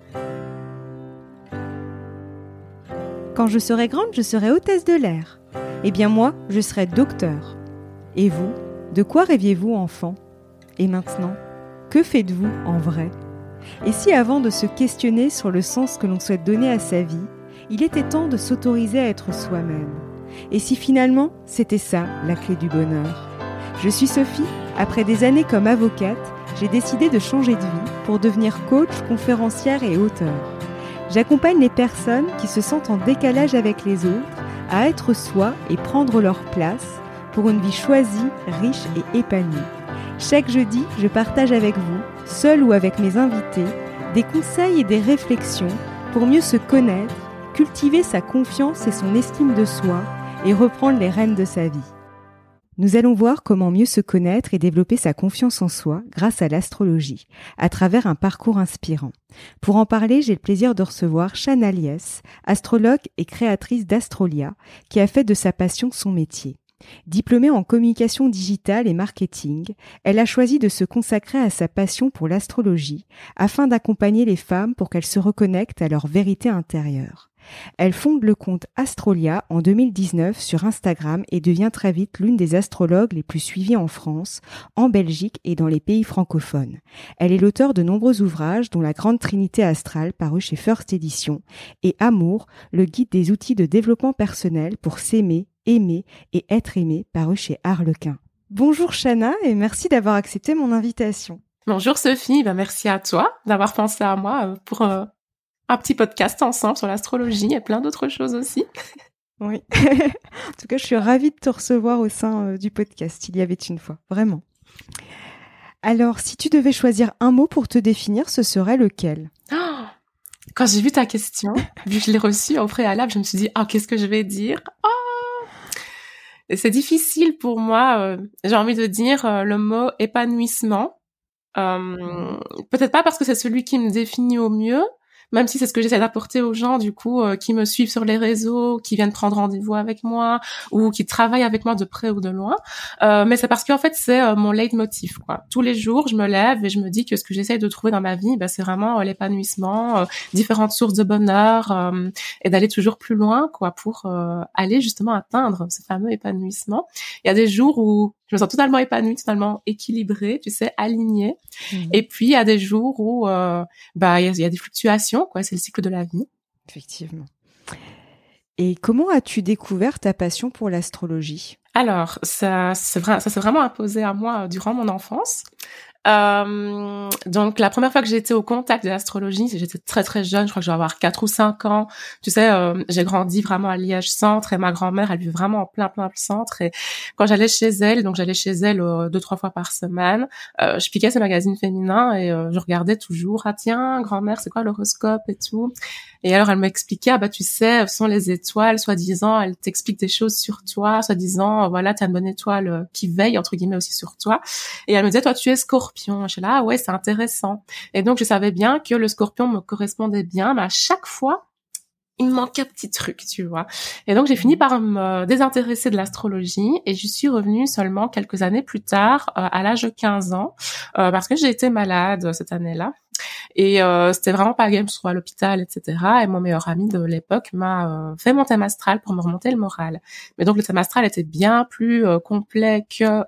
Quand je serai grande, je serai hôtesse de l'air. Eh bien moi, je serai docteur. Et vous, de quoi rêviez-vous enfant ? Et maintenant, que faites-vous en vrai ? Et si avant de se questionner sur le sens que l'on souhaite donner à sa vie, il était temps de s'autoriser à être soi-même ? Et si finalement, c'était ça, la clé du bonheur ? Je suis Sophie. Après des années comme avocate, j'ai décidé de changer de vie pour devenir coach, conférencière et auteure. J'accompagne les personnes qui se sentent en décalage avec les autres à être soi et prendre leur place pour une vie choisie, riche et épanouie. Chaque jeudi, je partage avec vous, seul ou avec mes invités, des conseils et des réflexions pour mieux se connaître, cultiver sa confiance et son estime de soi et reprendre les rênes de sa vie. Nous allons voir comment mieux se connaître et développer sa confiance en soi grâce à l'astrologie, à travers un parcours inspirant. Pour en parler, j'ai le plaisir de recevoir Chana Liès, astrologue et créatrice d'Astrolia, qui a fait de sa passion son métier. Diplômée en communication digitale et marketing, elle a choisi de se consacrer à sa passion pour l'astrologie afin d'accompagner les femmes pour qu'elles se reconnectent à leur vérité intérieure. Elle fonde le compte Astrolia en 2019 sur Instagram et devient très vite l'une des astrologues les plus suivies en France, en Belgique et dans les pays francophones. Elle est l'auteure de nombreux ouvrages dont La Grande Trinité Astrale paru chez First Edition et Amour, le guide des outils de développement personnel pour s'aimer, aimer et être aimé paru chez Harlequin. Bonjour Chana et merci d'avoir accepté mon invitation. Bonjour Sophie, merci à toi d'avoir pensé à moi pour un petit podcast ensemble sur l'astrologie et plein d'autres choses aussi. Oui. En tout cas, je suis ravie de te recevoir au sein du podcast. Il y avait une fois, vraiment. Alors, si tu devais choisir un mot pour te définir, ce serait lequel ? Quand j'ai vu ta question, vu que je l'ai reçue au préalable, je me suis dit, qu'est-ce que je vais dire ? Et c'est difficile pour moi. J'ai envie de dire le mot épanouissement. Peut-être pas parce que c'est celui qui me définit au mieux, même si c'est ce que j'essaie d'apporter aux gens, du coup, qui me suivent sur les réseaux, qui viennent prendre rendez-vous avec moi, ou qui travaillent avec moi de près ou de loin. Mais c'est parce qu'en fait, c'est mon leitmotiv, quoi. Tous les jours, je me lève et je me dis que ce que j'essaie de trouver dans ma vie, c'est vraiment l'épanouissement, différentes sources de bonheur, et d'aller toujours plus loin, quoi, pour aller justement atteindre ce fameux épanouissement. Il y a des jours où je me sens totalement épanouie, totalement équilibrée, tu sais, alignée. Et puis, il y a des jours où il y a des fluctuations, quoi. C'est le cycle de la vie. Effectivement. Et comment as-tu découvert ta passion pour l'astrologie ? Alors, ça s'est vraiment imposé à moi durant mon enfance. Donc la première fois que j'ai été au contact de l'astrologie, j'étais très très jeune, je crois que je vais avoir 4 ou 5 ans. Tu sais, j'ai grandi vraiment à Liège centre et ma grand-mère, elle vit vraiment en plein centre, et quand j'allais chez elle 2-3 fois par semaine, je piquais ces magazines féminins et je regardais toujours, tiens, grand-mère, c'est quoi l'horoscope et tout. Et alors elle m'expliquait, tu sais, ce sont les étoiles, soi-disant, elle t'explique des choses sur toi, soi-disant, voilà, t'as une bonne étoile qui veille entre guillemets aussi sur toi. Et elle me disait, toi tu es Scorpion. Je suis là, ouais, c'est intéressant. Et donc je savais bien que le Scorpion me correspondait bien, mais à chaque fois, il me manquait un petit truc, tu vois. Et donc j'ai fini par me désintéresser de l'astrologie et j'y suis revenue seulement quelques années plus tard, à l'âge de 15 ans, parce que j'ai été malade cette année-là. Et c'était vraiment pas game, je trouve, à l'hôpital, etc. Et mon meilleur ami de l'époque m'a fait mon thème astral pour me remonter le moral. Mais donc le thème astral était bien plus complet que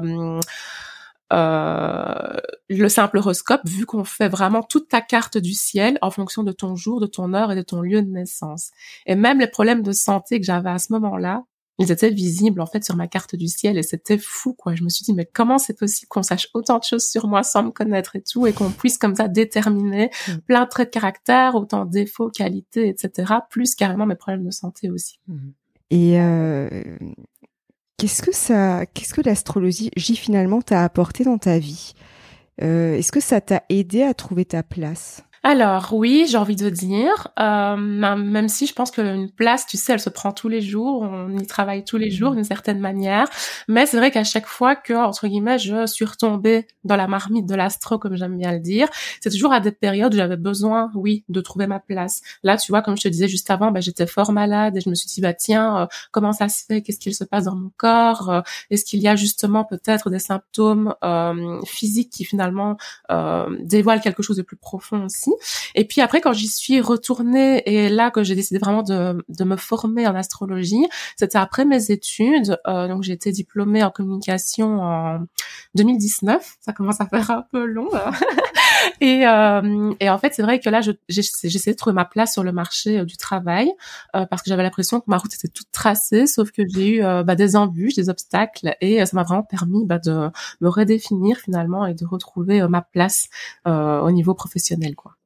le simple horoscope, vu qu'on fait vraiment toute ta carte du ciel en fonction de ton jour, de ton heure et de ton lieu de naissance. Et même les problèmes de santé que j'avais à ce moment-là, ils étaient visibles en fait sur ma carte du ciel et c'était fou, quoi. Je me suis dit, mais comment c'est possible qu'on sache autant de choses sur moi sans me connaître et tout, et qu'on puisse comme ça déterminer plein de traits de caractère, autant de défauts, qualités, etc., plus carrément mes problèmes de santé aussi. Et qu'est-ce que l'astrologie finalement t'a apporté dans ta vie ? Est-ce que ça t'a aidé à trouver ta place ? Alors oui, j'ai envie de dire, même si je pense qu'une place, tu sais, elle se prend tous les jours, on y travaille tous les jours d'une certaine manière, mais c'est vrai qu'à chaque fois que, entre guillemets, je suis retombée dans la marmite de l'astro, comme j'aime bien le dire, c'est toujours à des périodes où j'avais besoin, oui, de trouver ma place. Là, tu vois, comme je te disais juste avant, j'étais fort malade et je me suis dit, tiens, comment ça se fait? Qu'est-ce qu'il se passe dans mon corps? Est-ce qu'il y a justement peut-être des symptômes physiques qui finalement dévoilent quelque chose de plus profond aussi? Et puis après, quand j'y suis retournée et là que j'ai décidé vraiment de me former en astrologie, c'était après mes études. Donc j'ai été diplômée en communication en 2019. Ça commence à faire un peu long. Et en fait, c'est vrai que là, j'essayais de trouver ma place sur le marché du travail parce que j'avais l'impression que ma route était toute tracée, sauf que j'ai eu des embûches, des obstacles, et ça m'a vraiment permis de me redéfinir finalement et de retrouver ma place au niveau professionnel, quoi.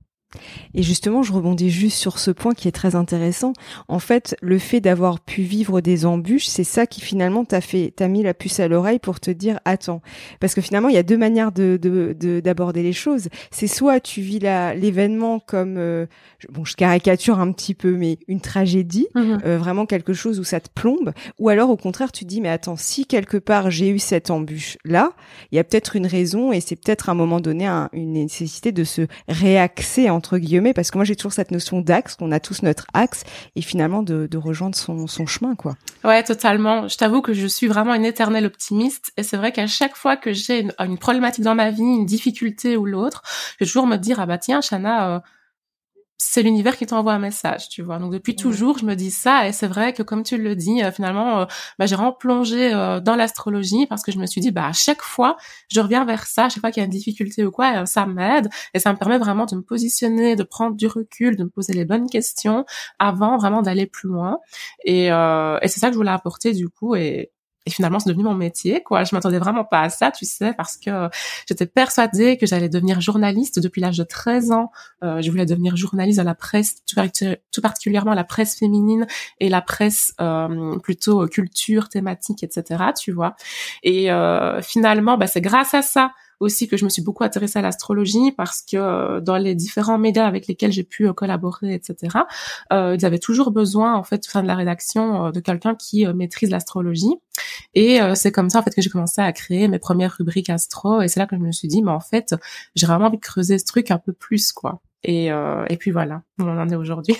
Et justement, je rebondis juste sur ce point qui est très intéressant. En fait, le fait d'avoir pu vivre des embûches, c'est ça qui finalement t'a mis la puce à l'oreille pour te dire attends. Parce que finalement, il y a deux manières d'aborder les choses. C'est soit tu vis l'événement comme, je caricature un petit peu, mais une tragédie, vraiment quelque chose où ça te plombe. Ou alors, au contraire, tu te dis mais attends, si quelque part j'ai eu cette embûche là, il y a peut-être une raison et c'est peut-être à un moment donné une nécessité de se réaxer entre guillemets, parce que moi j'ai toujours cette notion d'axe, qu'on a tous notre axe, et finalement de rejoindre son chemin, quoi. Ouais, totalement. Je t'avoue que je suis vraiment une éternelle optimiste, et c'est vrai qu'à chaque fois que j'ai une problématique dans ma vie, une difficulté ou l'autre, je vais toujours me dire, ah bah tiens, Chana, c'est l'univers qui t'envoie un message, tu vois. Donc depuis toujours, je me dis ça, et c'est vrai que comme tu le dis, finalement, j'ai vraiment plongé dans l'astrologie parce que je me suis dit, à chaque fois, je reviens vers ça, à chaque fois qu'il y a une difficulté ou quoi, ça m'aide et ça me permet vraiment de me positionner, de prendre du recul, de me poser les bonnes questions avant vraiment d'aller plus loin. Et c'est ça que je voulais apporter du coup, et finalement, c'est devenu mon métier, quoi. Je m'attendais vraiment pas à ça, tu sais, parce que j'étais persuadée que j'allais devenir journaliste depuis l'âge de 13 ans. Je voulais devenir journaliste à la presse, tout particulièrement la presse féminine et la presse plutôt culture, thématique, etc., tu vois. Et finalement, c'est grâce à ça aussi que je me suis beaucoup intéressée à l'astrologie, parce que dans les différents médias avec lesquels j'ai pu collaborer, etc., ils avaient toujours besoin, en fait, au sein de la rédaction, de quelqu'un qui maîtrise l'astrologie. Et c'est comme ça, en fait, que j'ai commencé à créer mes premières rubriques astro, et c'est là que je me suis dit, mais en fait, j'ai vraiment envie de creuser ce truc un peu plus, quoi. Et puis voilà, on en est aujourd'hui.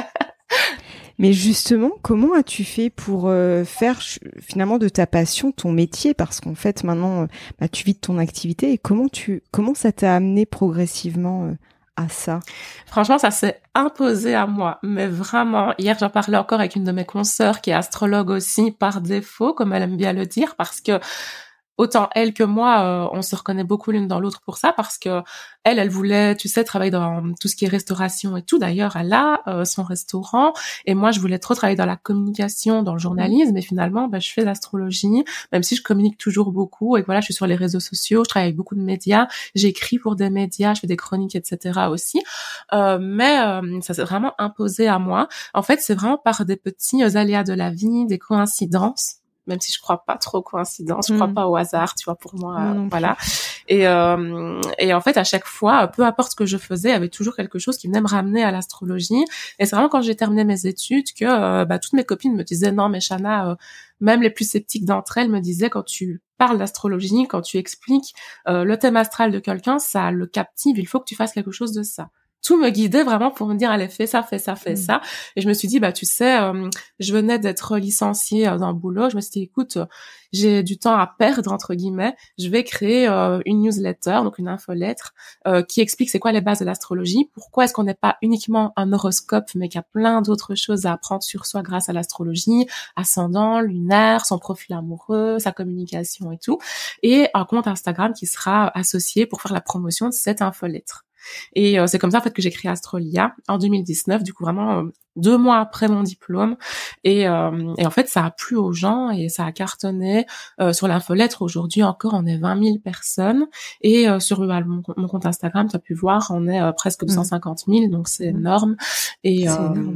Mais justement, comment as-tu fait pour faire finalement de ta passion ton métier? Parce qu'en fait, maintenant, tu vis de ton activité. Et comment ça t'a amené progressivement à ça? Franchement, ça s'est imposé à moi. Mais vraiment, hier, j'en parlais encore avec une de mes consoeurs qui est astrologue aussi par défaut, comme elle aime bien le dire, parce que autant elle que moi, on se reconnaît beaucoup l'une dans l'autre pour ça, parce que elle voulait, tu sais, travailler dans tout ce qui est restauration et tout. D'ailleurs, elle a son restaurant, et moi, je voulais trop travailler dans la communication, dans le journalisme, et finalement, je fais l'astrologie, même si je communique toujours beaucoup, et voilà, je suis sur les réseaux sociaux, je travaille avec beaucoup de médias, j'écris pour des médias, je fais des chroniques, etc. aussi, mais ça s'est vraiment imposé à moi. En fait, c'est vraiment par des petits aléas de la vie, des coïncidences, même si je crois pas trop aux coïncidences, je crois pas au hasard, tu vois, pour moi, voilà. Et en fait, à chaque fois, peu importe ce que je faisais, il y avait toujours quelque chose qui venait me ramener à l'astrologie. Et c'est vraiment quand j'ai terminé mes études que toutes mes copines me disaient, non, mais Chana, même les plus sceptiques d'entre elles me disaient, quand tu parles d'astrologie, quand tu expliques le thème astral de quelqu'un, ça le captive, il faut que tu fasses quelque chose de ça. Tout me guidait vraiment pour me dire, allez, fais ça, fais ça, fais ça. Et je me suis dit, tu sais, je venais d'être licenciée dans le boulot. Je me suis dit, écoute, j'ai du temps à perdre, entre guillemets. Je vais créer une newsletter, donc une infolettre, qui explique c'est quoi les bases de l'astrologie. Pourquoi est-ce qu'on n'est pas uniquement un horoscope, mais qu'il y a plein d'autres choses à apprendre sur soi grâce à l'astrologie, ascendant, lunaire, son profil amoureux, sa communication et tout. Et un compte Instagram qui sera associé pour faire la promotion de cette infolettre. Et c'est comme ça en fait que j'ai créé Astrolia en 2019, du coup vraiment 2 mois après mon diplôme, et en fait ça a plu aux gens et ça a cartonné. Sur l'infolettre aujourd'hui encore on est 20 000 personnes, et sur mon compte Instagram tu as pu voir on est presque 250 000, donc c'est énorme. Et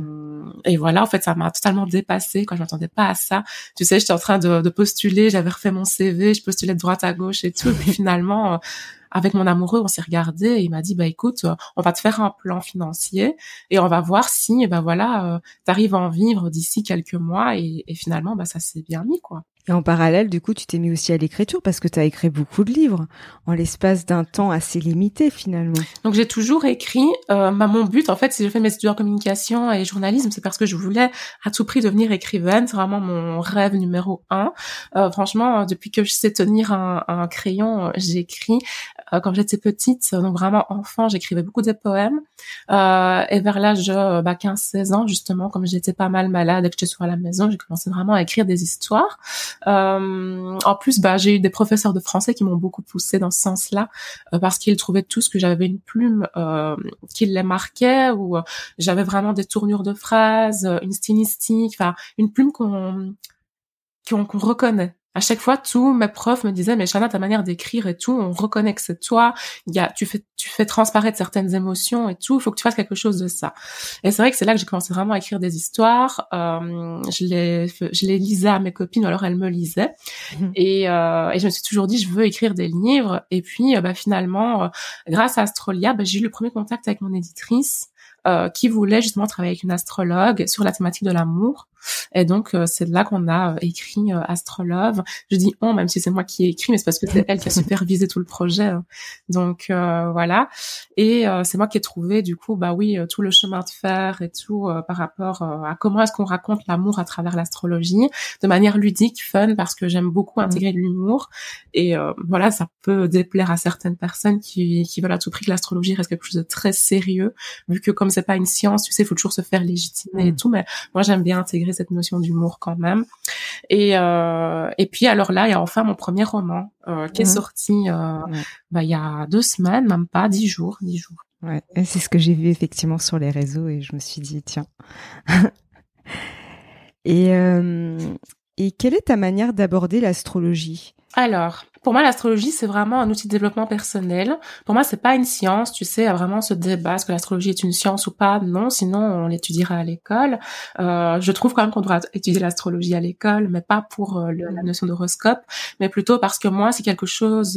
et voilà, en fait ça m'a totalement dépassée, quand je m'attendais pas à ça. Tu sais, j'étais en train de postuler, j'avais refait mon CV, je postulais de droite à gauche et tout, et puis finalement avec mon amoureux, on s'est regardé et il m'a dit, écoute, on va te faire un plan financier et on va voir si, t'arrives à en vivre d'ici quelques mois, et finalement, ça s'est bien mis, quoi. Et en parallèle, du coup, tu t'es mis aussi à l'écriture parce que tu as écrit beaucoup de livres en l'espace d'un temps assez limité finalement. Donc j'ai toujours écrit. Mon but, en fait, si j'ai fait mes études en communication et journalisme, c'est parce que je voulais à tout prix devenir écrivaine. C'est vraiment mon rêve numéro 1. Franchement, depuis que je sais tenir un crayon, j'écris. Quand j'étais petite, donc vraiment enfant, j'écrivais beaucoup de poèmes. Et vers l'âge de 15-16 ans, justement, comme j'étais pas mal malade et que j'étais souvent à la maison, j'ai commencé vraiment à écrire des histoires. En plus, j'ai eu des professeurs de français qui m'ont beaucoup poussée dans ce sens-là, parce qu'ils trouvaient tous que j'avais une plume qui les marquait, ou j'avais vraiment des tournures de phrases, une stylistique, enfin une plume qu'on reconnaît. À chaque fois, tous mes profs me disaient, mais Chana, ta manière d'écrire et tout, on reconnaît que c'est toi. Tu fais transparaître certaines émotions et tout. Il faut que tu fasses quelque chose de ça. Et c'est vrai que c'est là que j'ai commencé vraiment à écrire des histoires. Je les lisais à mes copines, ou alors elles me lisaient. Et je me suis toujours dit, je veux écrire des livres. Et puis, finalement, grâce à Astrolia, j'ai eu le premier contact avec mon éditrice, qui voulait justement travailler avec une astrologue sur la thématique de l'amour. Et donc, c'est de là qu'on a écrit Astrolove. Je dis on, même si c'est moi qui ai écrit, mais c'est parce que c'est elle qui a supervisé tout le projet. Donc, voilà. Et c'est moi qui ai trouvé, du coup, tout le chemin de fer et tout par rapport à comment est-ce qu'on raconte l'amour à travers l'astrologie, de manière ludique, fun, parce que j'aime beaucoup intégrer de l'humour. Et voilà, ça peut déplaire à certaines personnes qui veulent à tout prix que l'astrologie reste quelque chose de très sérieux, vu que comme c'est pas une science, tu sais, il faut toujours se faire légitimer et tout, mais moi j'aime bien intégrer cette notion d'humour quand même. Et puis alors là, il y a enfin mon premier roman qui est sorti il y a 2 semaines, même pas 10 jours. Ouais, et c'est ce que j'ai vu effectivement sur les réseaux et je me suis dit tiens. Et quelle est ta manière d'aborder l'astrologie ? Alors, pour moi, l'astrologie, c'est vraiment un outil de développement personnel. Pour moi, c'est pas une science, tu sais, il y a vraiment ce débat, est-ce que l'astrologie est une science ou pas? Non, sinon, on l'étudierait à l'école. Je trouve quand même qu'on doit étudier l'astrologie à l'école, mais pas pour la notion d'horoscope, mais plutôt parce que moi, c'est quelque chose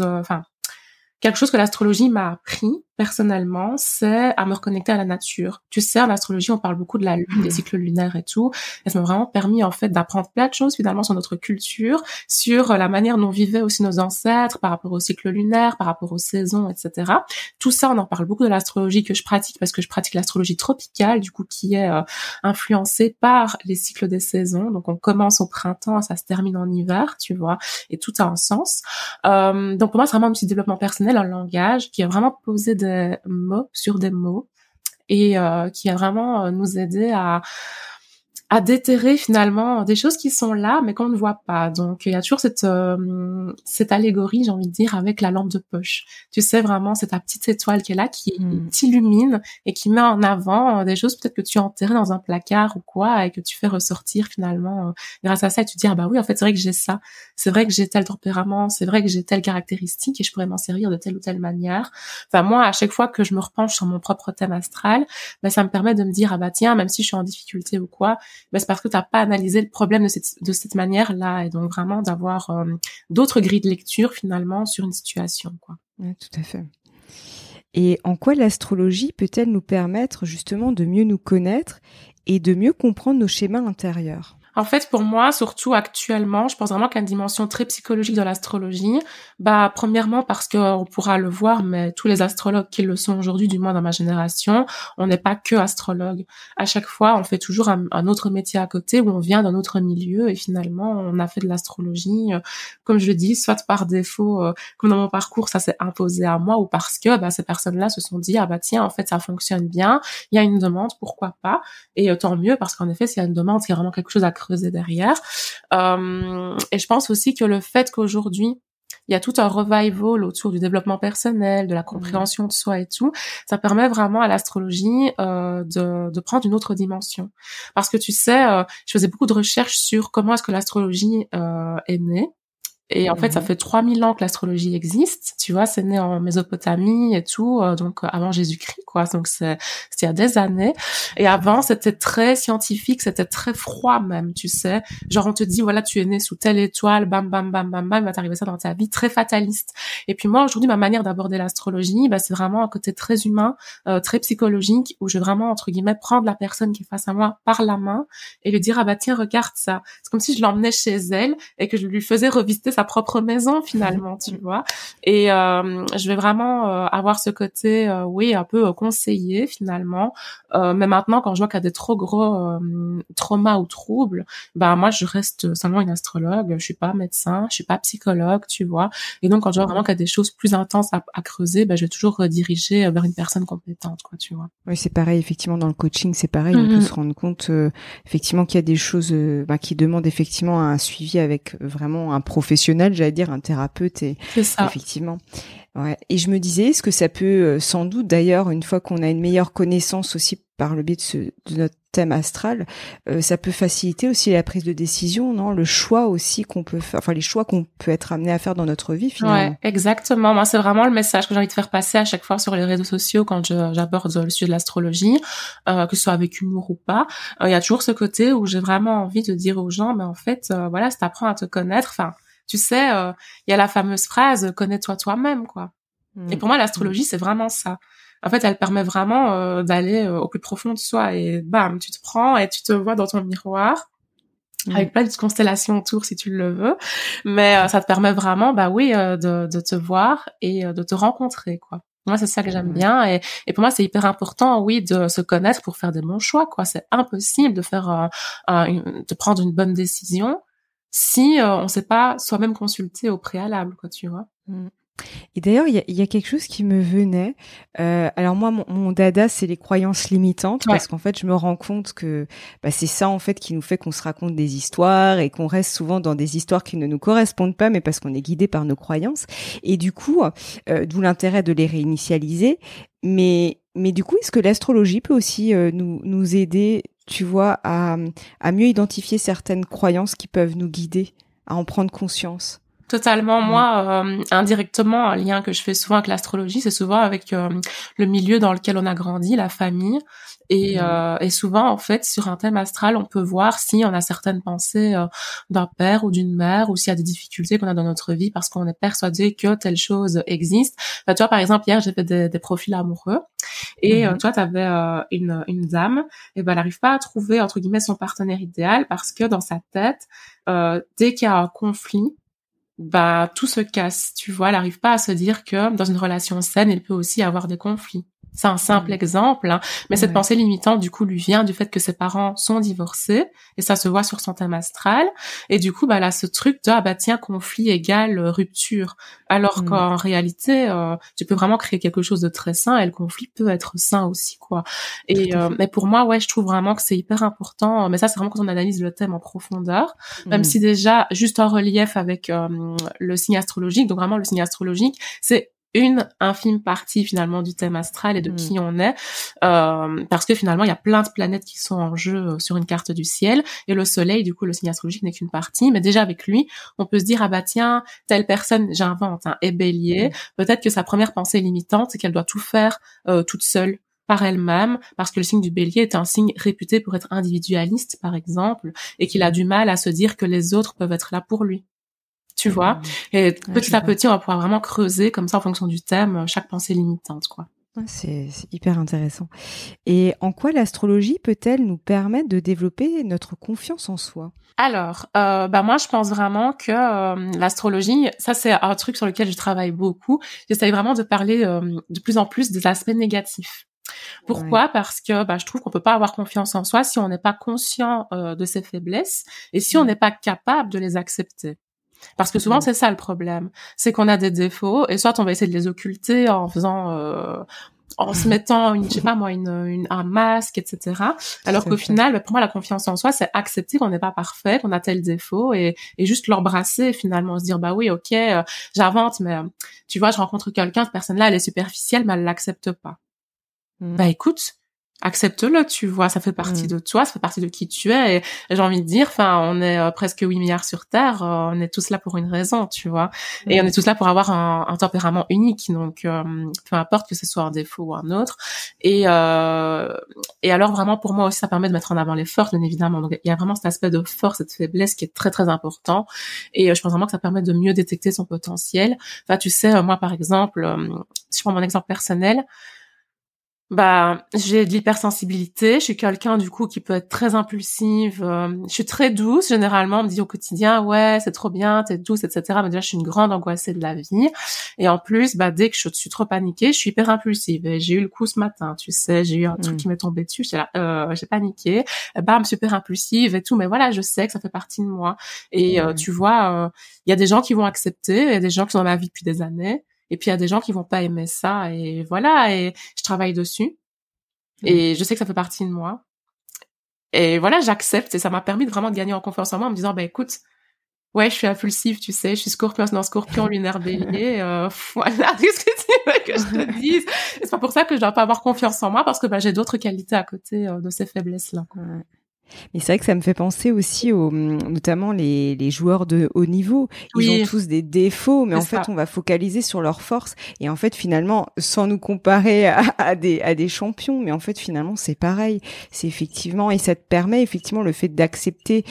que l'astrologie m'a appris personnellement, c'est à me reconnecter à la nature. Tu sais, en astrologie, on parle beaucoup de la lune, des cycles lunaires et tout. Et ça m'a vraiment permis, en fait, d'apprendre plein de choses, finalement, sur notre culture, sur la manière dont vivaient aussi nos ancêtres par rapport aux cycles lunaires, par rapport aux saisons, etc. Tout ça, on en parle beaucoup de l'astrologie que je pratique, parce que je pratique l'astrologie tropicale, du coup, qui est influencée par les cycles des saisons. Donc, on commence au printemps, ça se termine en hiver, tu vois, et tout a un sens. Donc, pour moi, c'est vraiment un petit développement personnel, un langage qui a vraiment posé des mots sur des mots et qui a vraiment nous aider à déterrer finalement des choses qui sont là mais qu'on ne voit pas. Donc il y a toujours cette allégorie, j'ai envie de dire, avec la lampe de poche. Tu sais, vraiment, c'est ta petite étoile qui est là, qui t'illumine et qui met en avant des choses peut-être que tu as enterrées dans un placard ou quoi, et que tu fais ressortir finalement grâce à ça, et tu te dis oui, en fait c'est vrai que j'ai ça, c'est vrai que j'ai tel tempérament, c'est vrai que j'ai telle caractéristique et je pourrais m'en servir de telle ou telle manière. Enfin, moi, à chaque fois que je me repenche sur mon propre thème astral, ça me permet de me dire tiens, même si je suis en difficulté ou quoi, c'est parce que t'as pas analysé le problème de cette manière-là, et donc vraiment d'avoir d'autres grilles de lecture finalement sur une situation, quoi. Ouais, tout à fait. Et en quoi l'astrologie peut-elle nous permettre justement de mieux nous connaître et de mieux comprendre nos schémas intérieurs ? En fait, pour moi, surtout actuellement, je pense vraiment qu'il y a une dimension très psychologique dans l'astrologie. Premièrement parce que on pourra le voir, mais tous les astrologues qui le sont aujourd'hui, du moins dans ma génération, on n'est pas que astrologue. À chaque fois, on fait toujours un autre métier à côté, où on vient d'un autre milieu, et finalement, on a fait de l'astrologie, comme je le dis, soit par défaut, comme dans mon parcours, ça s'est imposé à moi, ou parce que ces personnes-là se sont dit tiens, en fait, ça fonctionne bien, il y a une demande, pourquoi pas, et tant mieux, parce qu'en effet, s'il y a une demande, il y a vraiment quelque chose à creuser derrière. Et je pense aussi que le fait qu'aujourd'hui il y a tout un revival autour du développement personnel, de la compréhension de soi et tout, ça permet vraiment à l'astrologie de prendre une autre dimension. Parce que tu sais, je faisais beaucoup de recherches sur comment est-ce que l'astrologie est née. Et en fait, ça fait 3000 ans que l'astrologie existe, tu vois, c'est né en Mésopotamie et tout, donc avant Jésus-Christ, quoi. Donc c'était il y a des années. Et avant, c'était très scientifique, c'était très froid même, tu sais. Genre, on te dit, voilà, tu es né sous telle étoile, bam, bam, bam, bam, bam, il va t'arriver ça dans ta vie, très fataliste. Et puis moi, aujourd'hui, ma manière d'aborder l'astrologie, c'est vraiment un côté très humain, très psychologique, où je vais vraiment, entre guillemets, prendre la personne qui est face à moi par la main et lui dire, ah bah tiens, regarde ça. C'est comme si je l'emmenais chez elle et que je lui faisais revisiter sa propre maison, finalement, tu vois. Et je vais vraiment avoir ce côté, oui, un peu conseiller, finalement. Mais maintenant, quand je vois qu'il y a des trop gros traumas ou troubles, moi, je reste seulement une astrologue. Je suis pas médecin, je suis pas psychologue, tu vois. Et donc, quand je vois vraiment qu'il y a des choses plus intenses à creuser, je vais toujours rediriger vers une personne compétente, quoi, tu vois. Oui, c'est pareil. Effectivement, dans le coaching, c'est pareil. On peut se rendre compte, effectivement, qu'il y a des choses qui demandent effectivement un suivi avec vraiment un professionnel, j'allais dire un thérapeute. Et c'est ça. Effectivement. Ouais. Et je me disais, est-ce que ça peut, sans doute d'ailleurs, une fois qu'on a une meilleure connaissance aussi par le biais de notre thème astral, ça peut faciliter aussi la prise de décision, non? Le choix aussi qu'on peut faire, enfin les choix qu'on peut être amené à faire dans notre vie finalement. Ouais, exactement. Moi, c'est vraiment le message que j'ai envie de faire passer à chaque fois sur les réseaux sociaux quand j'aborde le sujet de l'astrologie, que ce soit avec humour ou pas. Il y a toujours ce côté où j'ai vraiment envie de dire aux gens, mais en fait, voilà, si t'apprends à te connaître, enfin, tu sais, il y a la fameuse phrase connais-toi toi-même, quoi. Et pour moi, l'astrologie, c'est vraiment ça. En fait, elle permet vraiment d'aller au plus profond de soi et bam, tu te prends et tu te vois dans ton miroir avec plein de constellations autour si tu le veux, mais ça te permet vraiment, de te voir et de te rencontrer, quoi. Moi, c'est ça que j'aime bien et pour moi, c'est hyper important, oui, de se connaître pour faire des bons choix, quoi. C'est impossible de faire de prendre une bonne décision si on s'est pas soi-même consulté au préalable, quoi, tu vois. Et d'ailleurs, il y a quelque chose qui me venait. Alors moi, mon dada, c'est les croyances limitantes, parce qu'en fait, je me rends compte que c'est ça en fait qui nous fait qu'on se raconte des histoires et qu'on reste souvent dans des histoires qui ne nous correspondent pas, mais parce qu'on est guidé par nos croyances. Et du coup, d'où l'intérêt de les réinitialiser. Mais du coup, est-ce que l'astrologie peut aussi nous aider, tu vois, à mieux identifier certaines croyances qui peuvent nous guider, à en prendre conscience? Totalement. Moi, indirectement, un lien que je fais souvent avec l'astrologie, c'est souvent avec le milieu dans lequel on a grandi, la famille. Et souvent, en fait, sur un thème astral, on peut voir si on a certaines pensées d'un père ou d'une mère, ou s'il y a des difficultés qu'on a dans notre vie parce qu'on est persuadé que telle chose existe. Toi, par exemple, hier, j'ai fait des profils amoureux. Et toi, t'avais une dame, et elle n'arrive pas à trouver, entre guillemets, son partenaire idéal parce que dans sa tête, dès qu'il y a un conflit, tout se casse, tu vois. Elle n'arrive pas à se dire que dans une relation saine, il peut aussi y avoir des conflits. C'est un simple exemple, hein, mais cette pensée limitante, du coup, lui vient du fait que ses parents sont divorcés, et ça se voit sur son thème astral, et du coup, là, ce truc de, tiens, conflit égale rupture, alors qu'en réalité, tu peux vraiment créer quelque chose de très sain, et le conflit peut être sain aussi, quoi. Et mais pour moi, ouais, je trouve vraiment que c'est hyper important, mais ça, c'est vraiment quand on analyse le thème en profondeur, même si déjà, juste en relief avec le signe astrologique, donc vraiment le signe astrologique, c'est une infime partie finalement du thème astral et de qui on est, parce que finalement il y a plein de planètes qui sont en jeu sur une carte du ciel, et le soleil, du coup le signe astrologique n'est qu'une partie, mais déjà avec lui on peut se dire tiens, telle personne, j'invente, est bélier, peut-être que sa première pensée limitante c'est qu'elle doit tout faire toute seule par elle-même, parce que le signe du bélier est un signe réputé pour être individualiste par exemple, et qu'il a du mal à se dire que les autres peuvent être là pour lui. Tu vois, et petit à petit, on va pouvoir vraiment creuser comme ça en fonction du thème, chaque pensée limitante, quoi. C'est hyper intéressant. Et en quoi l'astrologie peut-elle nous permettre de développer notre confiance en soi? Alors, moi, je pense vraiment que l'astrologie, ça c'est un truc sur lequel je travaille beaucoup. J'essaye vraiment de parler de plus en plus des aspects négatifs. Pourquoi ? Parce que je trouve qu'on peut pas avoir confiance en soi si on n'est pas conscient de ses faiblesses et si on n'est pas capable de les accepter. Parce que souvent c'est ça le problème, c'est qu'on a des défauts et soit on va essayer de les occulter en faisant en se mettant un masque, etc. Alors qu'au final, pour moi la confiance en soi c'est accepter qu'on n'est pas parfait, qu'on a tel défaut et juste l'embrasser finalement, se dire oui ok, j'invente, mais tu vois, je rencontre quelqu'un, cette personne-là elle est superficielle mais elle l'accepte pas. Écoute, accepte-le, tu vois, ça fait partie de toi, ça fait partie de qui tu es, et j'ai envie de dire, enfin, on est presque 8 milliards sur Terre, on est tous là pour une raison, tu vois, et on est tous là pour avoir un tempérament unique, donc peu importe que ce soit un défaut ou un autre, et alors vraiment pour moi aussi ça permet de mettre en avant les forces, bien évidemment, donc il y a vraiment cet aspect de force et de faiblesse qui est très très important, et je pense vraiment que ça permet de mieux détecter son potentiel. Enfin, tu sais, moi par exemple, si je prends mon exemple personnel, bah, j'ai de l'hypersensibilité. Je suis quelqu'un, du coup, qui peut être très impulsive. Je suis très douce, généralement. On me dit au quotidien, ouais, c'est trop bien, t'es douce, etc. Mais déjà, je suis une grande angoissée de la vie. Et en plus, bah, dès que je suis trop paniquée, je suis hyper impulsive. Et j'ai eu le coup ce matin, tu sais, j'ai eu un truc qui m'est tombé dessus. J'étais là, j'ai paniqué. Bam, super impulsive et tout. Mais voilà, je sais que ça fait partie de moi. Et tu vois, il y a des gens qui vont accepter. Il y a des gens qui sont dans ma vie depuis des années. Et puis il y a des gens qui vont pas aimer ça, et voilà, et je travaille dessus, et je sais que ça fait partie de moi, et voilà, j'accepte, et ça m'a permis de vraiment de gagner en confiance en moi en me disant, bah écoute, ouais, je suis impulsive, tu sais, je suis Scorpion, dans Scorpion, lunaire bélier, voilà, qu'est-ce que tu veux que je te dise? Et c'est pas pour ça que je dois pas avoir confiance en moi, parce que bah j'ai d'autres qualités à côté de ces faiblesses-là, quoi. Ouais. Mais c'est vrai que ça me fait penser aussi notamment les joueurs de haut niveau. Ils ont tous des défauts, mais en fait, on va focaliser sur leurs forces. Et en fait, finalement, sans nous comparer à des champions, mais en fait, finalement, c'est pareil. C'est effectivement, et ça te permet effectivement le fait d'accepter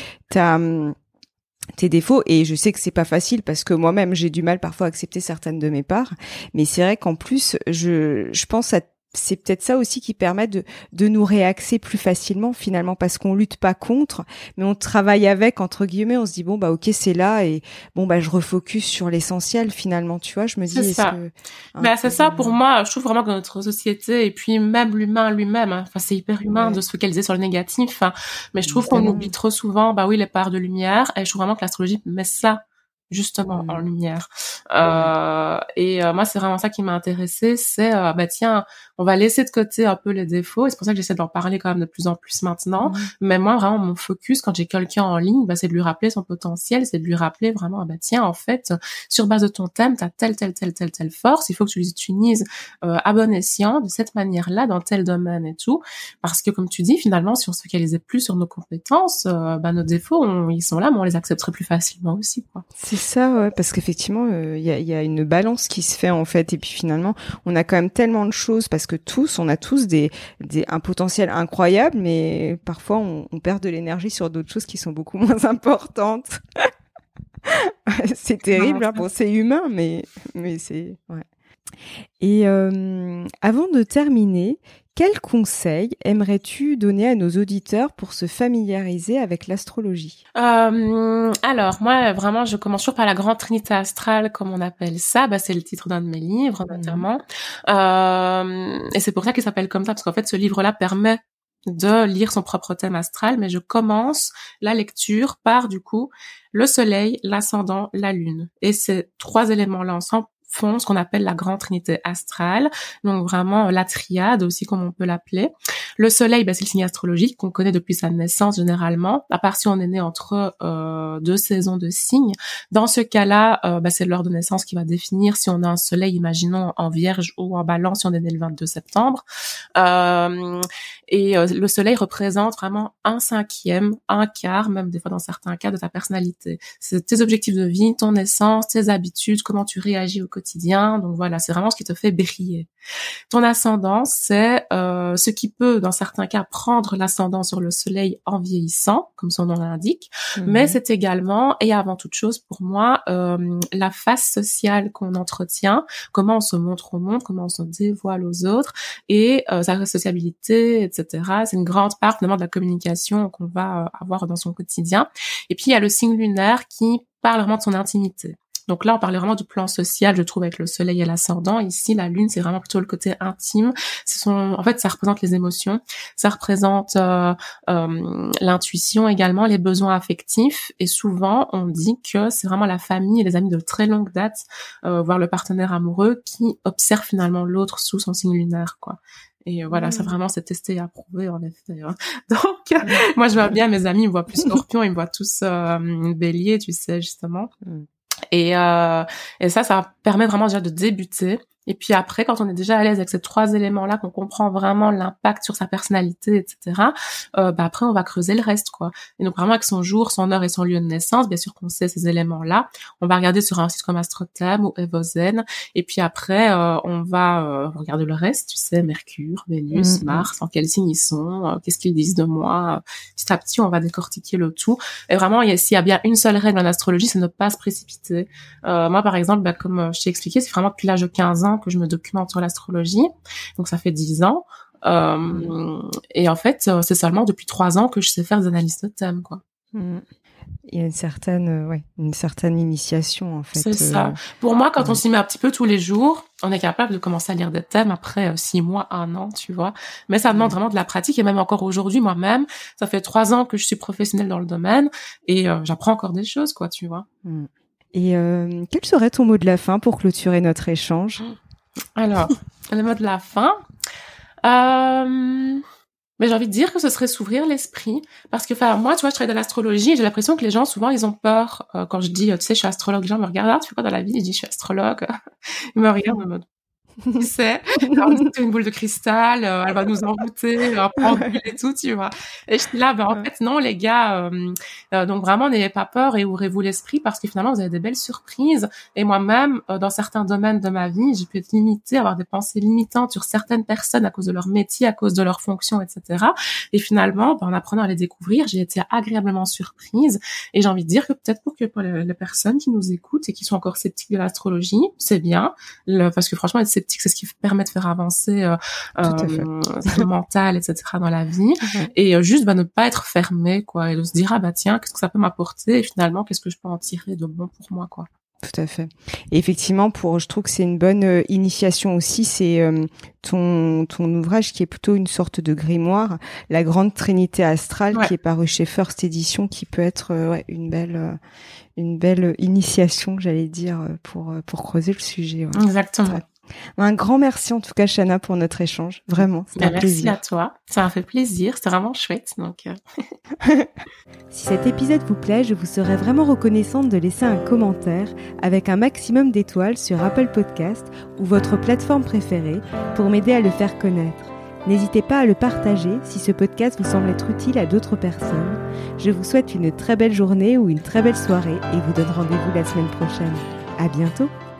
tes défauts. Et je sais que c'est pas facile parce que moi-même, j'ai du mal parfois à accepter certaines de mes parts. Mais c'est vrai qu'en plus, je pense c'est peut-être ça aussi qui permet de nous réaxer plus facilement finalement, parce qu'on lutte pas contre, mais on travaille avec, entre guillemets. On se dit bon bah ok, c'est là, et bon bah je refocus sur l'essentiel finalement, tu vois. Je me dis c'est ça. C'est ça pour moi. Je trouve vraiment que notre société, et puis même l'humain lui-même, enfin c'est hyper humain de se focaliser sur le négatif, mais je trouve qu'on oublie trop souvent les parts de lumière, et je trouve vraiment que l'astrologie met ça justement en lumière. Moi c'est vraiment ça qui m'a intéressée, c'est tiens, on va laisser de côté un peu les défauts, et c'est pour ça que j'essaie d'en parler quand même de plus en plus maintenant. Mais moi vraiment mon focus quand j'ai quelqu'un en ligne, c'est de lui rappeler son potentiel, c'est de lui rappeler vraiment tiens, en fait, sur base de ton thème, t'as telle force, il faut que tu les utilises à bon escient, de cette manière-là, dans tel domaine et tout, parce que comme tu dis, finalement, si on se focalisait plus sur nos compétences, nos défauts, ils sont là, mais on les accepterait plus facilement aussi, quoi. C'est ça, ouais, parce qu'effectivement, il y a une balance qui se fait en fait, et puis finalement, on a quand même tellement de choses, parce que on a tous un potentiel incroyable, mais parfois on perd de l'énergie sur d'autres choses qui sont beaucoup moins importantes. C'est terrible, bon, c'est humain, mais c'est ouais. Et avant de terminer, quel conseil aimerais-tu donner à nos auditeurs pour se familiariser avec l'astrologie ? Alors, moi, vraiment, je commence toujours par la grande trinité astrale, comme on appelle ça. C'est le titre d'un de mes livres, notamment. Et c'est pour ça qu'il s'appelle comme ça, parce qu'en fait, ce livre-là permet de lire son propre thème astral, mais je commence la lecture par, du coup, le soleil, l'ascendant, la lune. Et ces trois éléments-là ensemble font ce qu'on appelle la grande trinité astrale, donc vraiment la triade aussi, comme on peut l'appeler. Le soleil, c'est le signe astrologique qu'on connaît depuis sa naissance généralement, à part si on est né entre 2 saisons de signes. Dans ce cas-là, c'est l'heure de naissance qui va définir si on a un soleil, imaginons, en Vierge ou en Balance, si on est né le 22 septembre. Le soleil représente vraiment 1/5, un quart, même des fois dans certains cas, de ta personnalité. C'est tes objectifs de vie, ton essence, tes habitudes, comment tu réagis au quotidien. Donc voilà, c'est vraiment ce qui te fait briller. Ton ascendant, c'est ce qui peut, dans certains cas, prendre l'ascendant sur le soleil en vieillissant, comme son nom l'indique, mais c'est également, et avant toute chose pour moi, la face sociale qu'on entretient, comment on se montre au monde, comment on se dévoile aux autres, et sa sociabilité, etc. C'est une grande part finalement de la communication qu'on va avoir dans son quotidien. Et puis il y a le signe lunaire qui parle vraiment de son intimité. Donc là, on parlait vraiment du plan social, je trouve, avec le soleil et l'ascendant. Ici, la lune, c'est vraiment plutôt le côté intime. En fait, ça représente les émotions, ça représente l'intuition également, les besoins affectifs. Et souvent, on dit que c'est vraiment la famille et les amis de très longue date, voire le partenaire amoureux, qui observe finalement l'autre sous son signe lunaire, quoi. Et voilà, ça vraiment, c'est testé et approuvé, en effet. Donc, moi, je vois bien, mes amis, ils me voient plus Scorpion, ils me voient tous Bélier, tu sais, justement. Et ça permet vraiment déjà de débuter. Et puis après, quand on est déjà à l'aise avec ces 3 éléments-là, qu'on comprend vraiment l'impact sur sa personnalité, etc., après, on va creuser le reste, quoi. Et donc, vraiment, avec son jour, son heure et son lieu de naissance, bien sûr qu'on sait ces éléments-là. On va regarder sur un site comme AstroThème ou Evozen. Et puis après, on va regarder le reste, tu sais, Mercure, Vénus, Mars, en quel signe ils sont, qu'est-ce qu'ils disent de moi. Petit à petit, on va décortiquer le tout. Et vraiment, s'il y a bien une seule règle en astrologie, c'est ne pas se précipiter. Moi, par exemple, comme je t'ai expliqué, c'est vraiment depuis l'âge de 15 ans que je me documente sur l'astrologie. Donc, ça fait 10 ans. Et en fait, c'est seulement depuis 3 ans que je sais faire des analyses de thème, quoi. Il y a une certaine initiation, en fait. C'est ça. Pour moi, quand on s'y met un petit peu tous les jours, on est capable de commencer à lire des thèmes après 6 mois, 1 an, tu vois. Mais ça demande vraiment de la pratique. Et même encore aujourd'hui, moi-même, ça fait 3 ans que je suis professionnelle dans le domaine et j'apprends encore des choses, quoi, tu vois. Et quel serait ton mot de la fin pour clôturer notre échange? Alors, le mot de la fin, mais j'ai envie de dire que ce serait s'ouvrir l'esprit, parce que, moi, tu vois, je travaille dans l'astrologie et j'ai l'impression que les gens, souvent, ils ont peur quand je dis, tu sais, je suis astrologue. Les gens me regardent, ah, tu fais quoi dans la vie? Je dis, je suis astrologue. Ils me regardent en mode, tu sais, alors, c'est une boule de cristal, elle va nous envoûter, prendre et tout, tu vois. Et je suis là, en fait, non, les gars, donc vraiment, n'ayez pas peur et ouvrez-vous l'esprit parce que finalement, vous avez des belles surprises. Et moi-même, dans certains domaines de ma vie, j'ai pu être limitée, avoir des pensées limitantes sur certaines personnes à cause de leur métier, à cause de leur fonction, etc. Et finalement, en apprenant à les découvrir, j'ai été agréablement surprise. Et j'ai envie de dire que peut-être pour les personnes qui nous écoutent et qui sont encore sceptiques de l'astrologie, c'est bien, parce que franchement, être sceptique, c'est ce qui permet de faire avancer son mental, etc. dans la vie. Et juste ne pas être fermé, quoi, et de se dire tiens, qu'est-ce que ça peut m'apporter et finalement qu'est-ce que je peux en tirer de bon pour moi, quoi. Tout à fait. Et effectivement, je trouve que c'est une bonne initiation aussi. C'est ton ouvrage qui est plutôt une sorte de grimoire, La Grande Trinité Astrale, qui est paru chez First Edition, qui peut être une belle initiation, j'allais dire, pour creuser le sujet. Ouais. Exactement. Un grand merci en tout cas, Chana, pour notre échange. Vraiment, c'était un plaisir. Merci à toi. Ça m'a fait plaisir. C'était vraiment chouette. Donc. Si cet épisode vous plaît, je vous serais vraiment reconnaissante de laisser un commentaire avec un maximum d'étoiles sur Apple Podcast ou votre plateforme préférée pour m'aider à le faire connaître. N'hésitez pas à le partager si ce podcast vous semble être utile à d'autres personnes. Je vous souhaite une très belle journée ou une très belle soirée et vous donne rendez-vous la semaine prochaine. À bientôt!